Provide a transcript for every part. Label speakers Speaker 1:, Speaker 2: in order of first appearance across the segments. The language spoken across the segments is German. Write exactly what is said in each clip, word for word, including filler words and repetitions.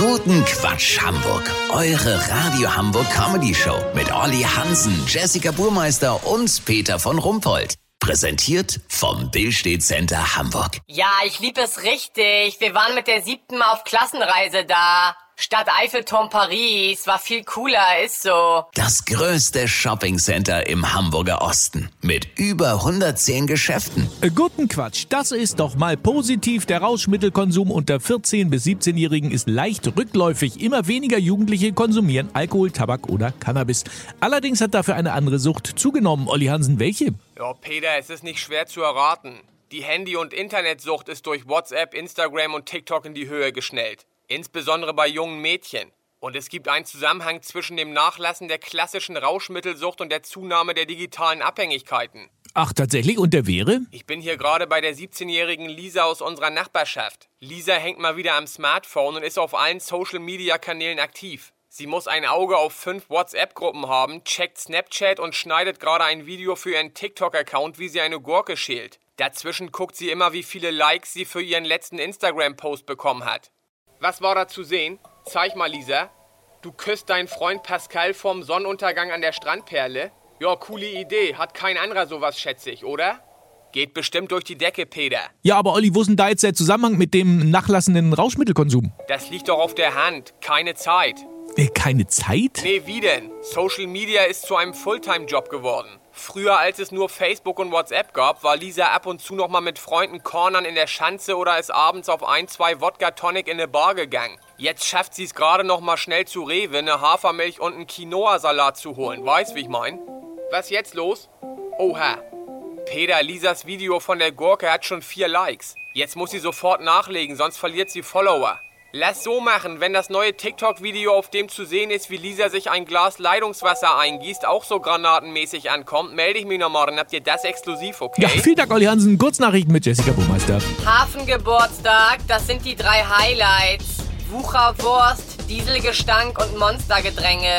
Speaker 1: Guten Quatsch Hamburg, eure Radio Hamburg Comedy Show mit Olli Hansen, Jessica Burmeister und Peter von Rumpold. Präsentiert vom Billstedt Center Hamburg.
Speaker 2: Ja, ich lieb es richtig. Wir waren mit der siebten Mal auf Klassenreise da. Stadt Eiffelturm Paris, war viel cooler, ist so.
Speaker 1: Das größte Shoppingcenter im Hamburger Osten mit über hundertzehn Geschäften.
Speaker 3: Guten Quatsch, das ist doch mal positiv. Der Rauschmittelkonsum unter vierzehn- bis siebzehnjährigen ist leicht rückläufig. Immer weniger Jugendliche konsumieren Alkohol, Tabak oder Cannabis. Allerdings hat dafür eine andere Sucht zugenommen. Olli Hansen, welche?
Speaker 4: Ja, Peter, es ist nicht schwer zu erraten. Die Handy- und Internetsucht ist durch WhatsApp, Instagram und TikTok in die Höhe geschnellt. Insbesondere bei jungen Mädchen. Und es gibt einen Zusammenhang zwischen dem Nachlassen der klassischen Rauschmittelsucht und der Zunahme der digitalen Abhängigkeiten.
Speaker 3: Ach, tatsächlich? Und der wäre?
Speaker 4: Ich bin hier gerade bei der siebzehnjährigen Lisa aus unserer Nachbarschaft. Lisa hängt mal wieder am Smartphone und ist auf allen Social-Media-Kanälen aktiv. Sie muss ein Auge auf fünf WhatsApp-Gruppen haben, checkt Snapchat und schneidet gerade ein Video für ihren TikTok-Account, wie sie eine Gurke schält. Dazwischen guckt sie immer, wie viele Likes sie für ihren letzten Instagram-Post bekommen hat. Was war da zu sehen? Zeig mal, Lisa. Du küsst deinen Freund Pascal vorm Sonnenuntergang an der Strandperle? Ja, coole Idee. Hat kein anderer sowas, schätze ich, oder? Geht bestimmt durch die Decke, Peter.
Speaker 3: Ja, aber Olli, wo ist denn da jetzt der Zusammenhang mit dem nachlassenden Rauschmittelkonsum?
Speaker 4: Das liegt doch auf der Hand. Keine Zeit.
Speaker 3: Äh, keine Zeit?
Speaker 4: Nee, wie denn? Social Media ist zu einem Fulltime-Job geworden. Früher, als es nur Facebook und WhatsApp gab, war Lisa ab und zu noch mal mit Freunden cornern in der Schanze oder ist abends auf ein, zwei Wodka Tonic in eine Bar gegangen. Jetzt schafft sie es gerade noch mal schnell zu Rewe, eine Hafermilch und einen Quinoa-Salat zu holen. Weißt, wie ich mein? Was jetzt los? Oha. Peter, Lisas Video von der Gurke hat schon vier Likes. Jetzt muss sie sofort nachlegen, sonst verliert sie Follower. Lass so machen, wenn das neue TikTok-Video, auf dem zu sehen ist, wie Lisa sich ein Glas Leitungswasser eingießt, auch so granatenmäßig ankommt, melde ich mich noch morgen. Habt ihr das exklusiv, okay?
Speaker 3: Ja, vielen Dank, Olli Hansen. Kurznachrichten mit Jessica Burmeister.
Speaker 2: Hafengeburtstag, das sind die drei Highlights. Wucherwurst, Dieselgestank und Monstergedränge.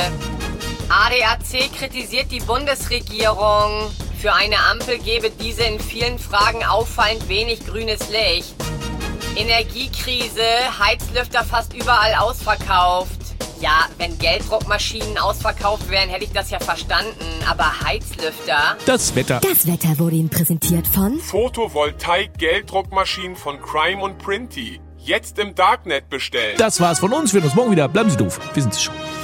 Speaker 2: A D A C kritisiert die Bundesregierung. Für eine Ampel gebe diese in vielen Fragen auffallend wenig grünes Licht. Energiekrise, Heizlüfter fast überall ausverkauft. Ja, wenn Gelddruckmaschinen ausverkauft wären, hätte ich das ja verstanden. Aber Heizlüfter?
Speaker 3: Das Wetter.
Speaker 5: Das Wetter wurde Ihnen präsentiert von
Speaker 6: Photovoltaik-Gelddruckmaschinen von Crime und Printy. Jetzt im Darknet bestellen.
Speaker 3: Das war's von uns. Wir sehen uns morgen wieder. Bleiben Sie doof. Wir sind es schon.